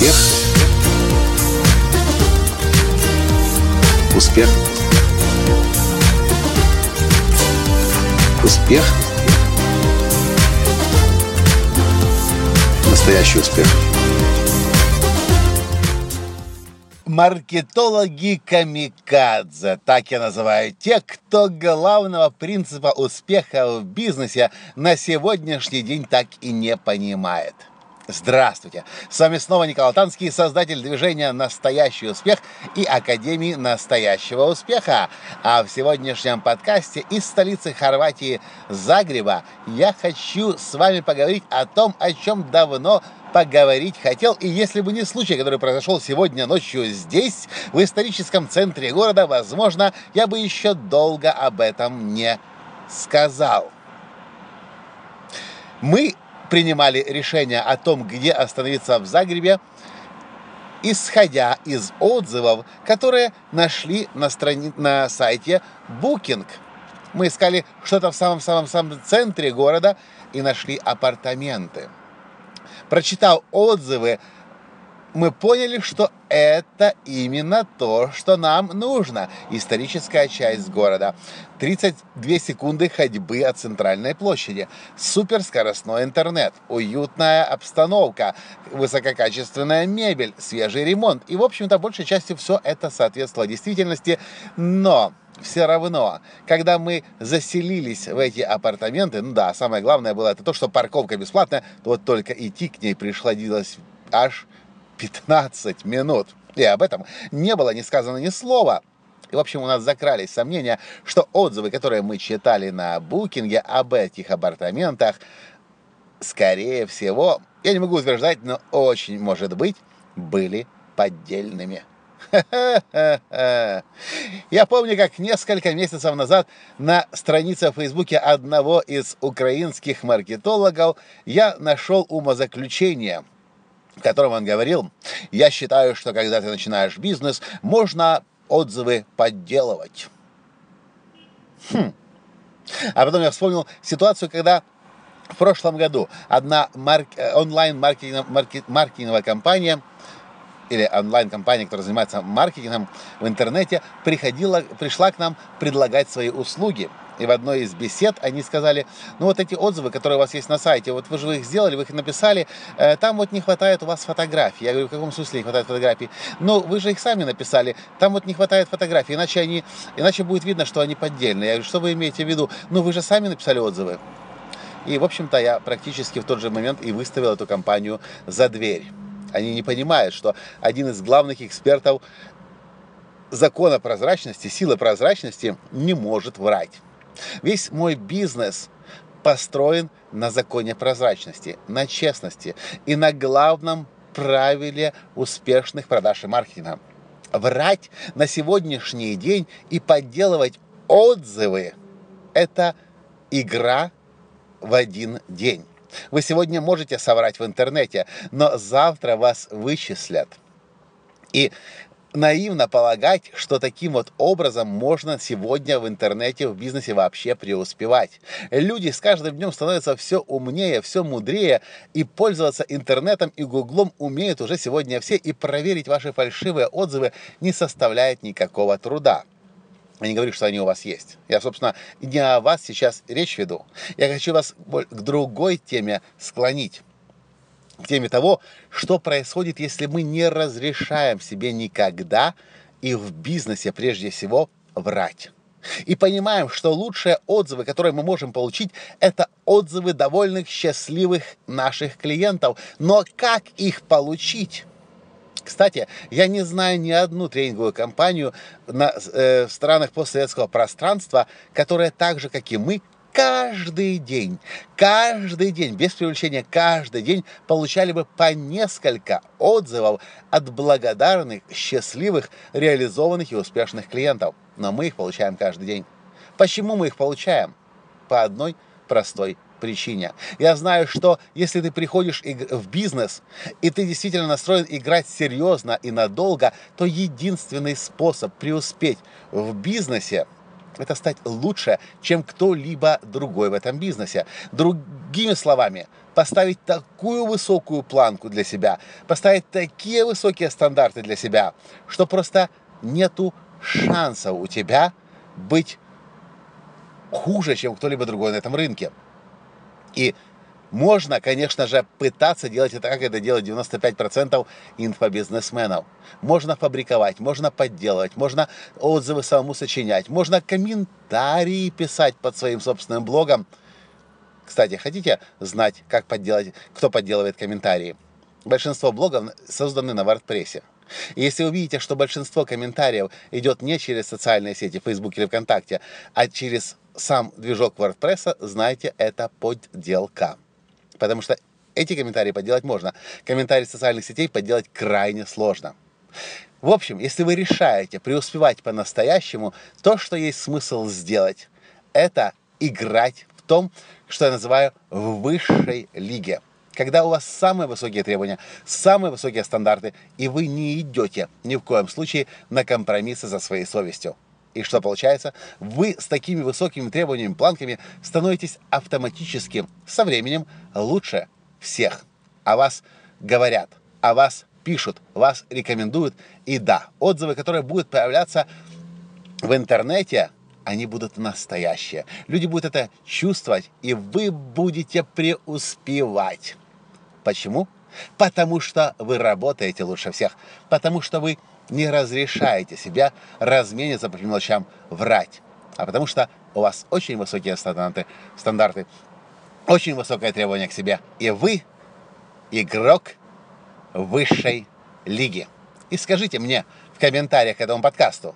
Успех. Успех. Успех. Настоящий успех. Маркетологи-камикадзе, так я называю тех, кто главного принципа успеха в бизнесе на сегодняшний день так и не понимает. Здравствуйте! С вами снова Николай Танский, создатель движения «Настоящий успех» и Академии настоящего успеха. А в сегодняшнем подкасте из столицы Хорватии Загреба я хочу с вами поговорить о том, о чем давно поговорить хотел. И если бы не случай, который произошел сегодня ночью здесь, в историческом центре города, возможно, я бы еще долго об этом не сказал. Мы принимали решение о том, где остановиться в Загребе, исходя из отзывов, которые нашли на сайте Booking. Мы искали что-то в самом-самом центре города и нашли апартаменты. Прочитав отзывы, мы поняли, что это именно то, что нам нужно. Историческая часть города. 32 секунды ходьбы от центральной площади. Суперскоростной интернет. Уютная обстановка. Высококачественная мебель. Свежий ремонт. И, в общем-то, большей частью все это соответствовало действительности. Но все равно, когда мы заселились в эти апартаменты, самое главное было это то, что парковка бесплатная, то вот только идти к ней пришлось аж 15 минут. И об этом не было ни сказано ни слова. И, в общем, у нас закрались сомнения, что отзывы, которые мы читали на Букинге об этих апартаментах, скорее всего, я не могу утверждать, но очень, может быть, были поддельными. Я помню, как несколько месяцев назад на странице в Фейсбуке одного из украинских маркетологов я нашел умозаключение, в котором он говорил: я считаю, что когда ты начинаешь бизнес, можно отзывы подделывать. А потом я вспомнил ситуацию, когда в прошлом году одна онлайн-маркетинговая компания или онлайн-компания, которая занимается маркетингом в интернете, пришла к нам предлагать свои услуги. И в одной из бесед они сказали: вот эти отзывы, которые у вас есть на сайте, вот вы же их сделали, вы их написали, там вот не хватает у вас фотографий. Я говорю: в каком смысле не хватает фотографий? Вы же их сами написали, там вот не хватает фотографий, иначе будет видно, что они поддельные. Я говорю: что вы имеете в виду? Вы же сами написали отзывы. И, в общем-то, я практически в тот же момент и выставил эту компанию за дверь. Они не понимают, что один из главных экспертов закона прозрачности, силы прозрачности, не может врать. Весь мой бизнес построен на законе прозрачности, на честности и на главном правиле успешных продаж и маркетинга. Врать на сегодняшний день и подделывать отзывы – это игра в один день. Вы сегодня можете соврать в интернете, но завтра вас вычислят. И наивно полагать, что таким вот образом можно сегодня в интернете, в бизнесе вообще преуспевать. Люди с каждым днем становятся все умнее, все мудрее, и пользоваться интернетом и гуглом умеют уже сегодня все, и проверить ваши фальшивые отзывы не составляет никакого труда. Я не говорю, что они у вас есть. Я, собственно, не о вас сейчас речь веду. Я хочу вас к другой теме склонить. К теме того, что происходит, если мы не разрешаем себе никогда и в бизнесе прежде всего врать. И понимаем, что лучшие отзывы, которые мы можем получить, это отзывы довольных, счастливых наших клиентов. Но как их получить? Кстати, я не знаю ни одну тренинговую компанию в странах постсоветского пространства, которая так же, как и мы, каждый день, без привлечения, каждый день получали бы по несколько отзывов от благодарных, счастливых, реализованных и успешных клиентов. Но мы их получаем каждый день. Почему мы их получаем? По одной простой причине. Я знаю, что если ты приходишь в бизнес, и ты действительно настроен играть серьезно и надолго, то единственный способ преуспеть в бизнесе — это стать лучше, чем кто-либо другой в этом бизнесе. Другими словами, поставить такую высокую планку для себя, поставить такие высокие стандарты для себя, что просто нету шанса у тебя быть хуже, чем кто-либо другой на этом рынке. И можно, конечно же, пытаться делать это, как это делают 95% инфобизнесменов. Можно фабриковать, можно подделывать, можно отзывы самому сочинять, можно комментарии писать под своим собственным блогом. Кстати, хотите знать, как подделать, кто подделывает комментарии? Большинство блогов созданы на WordPress. И если вы видите, что большинство комментариев идет не через социальные сети, Facebook или ВКонтакте, а через сам движок WordPress, знайте, это подделка. Потому что эти комментарии подделать можно. Комментарии социальных сетей подделать крайне сложно. В общем, если вы решаете преуспевать по-настоящему, то, что есть смысл сделать, это играть в том, что я называю в высшей лиге. Когда у вас самые высокие требования, самые высокие стандарты, и вы не идете ни в коем случае на компромиссы со своей совестью. И что получается? Вы с такими высокими требованиями, планками становитесь автоматически со временем лучше всех. О вас говорят, о вас пишут, вас рекомендуют. И да, отзывы, которые будут появляться в интернете, они будут настоящие. Люди будут это чувствовать, и вы будете преуспевать. Почему? Потому что вы работаете лучше всех. Потому что вы не разрешаете себя размениться по мелочам, врать. А потому что у вас очень высокие стандарты, очень высокое требование к себе. И вы игрок высшей лиги. И скажите мне в комментариях к этому подкасту,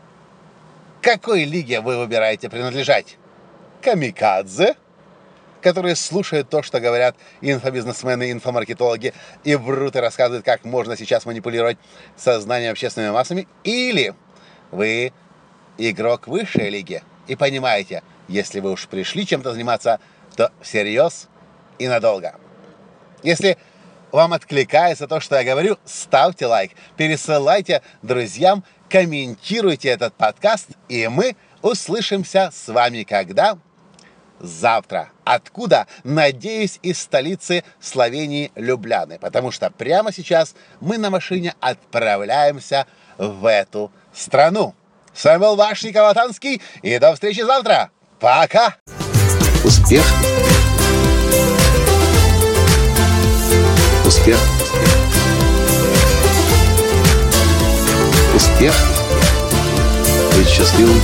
к какой лиге вы выбираете принадлежать? Камикадзе, которые слушают то, что говорят инфобизнесмены, инфомаркетологи, и врут и рассказывают, как можно сейчас манипулировать сознанием общественными массами? Или вы игрок высшей лиги и понимаете, если вы уж пришли чем-то заниматься, то всерьез и надолго. Если вам откликается то, что я говорю, ставьте лайк, пересылайте друзьям, комментируйте этот подкаст, и мы услышимся с вами когда? Завтра. Откуда? Надеюсь, из столицы Словении Любляны. Потому что прямо сейчас мы на машине отправляемся в эту страну. С вами был ваш Николай Танский. И до встречи завтра. Пока! Успех! Успех! Успех! Быть счастливым,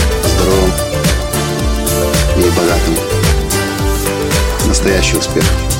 здоровым и богатым. Настоящий успех.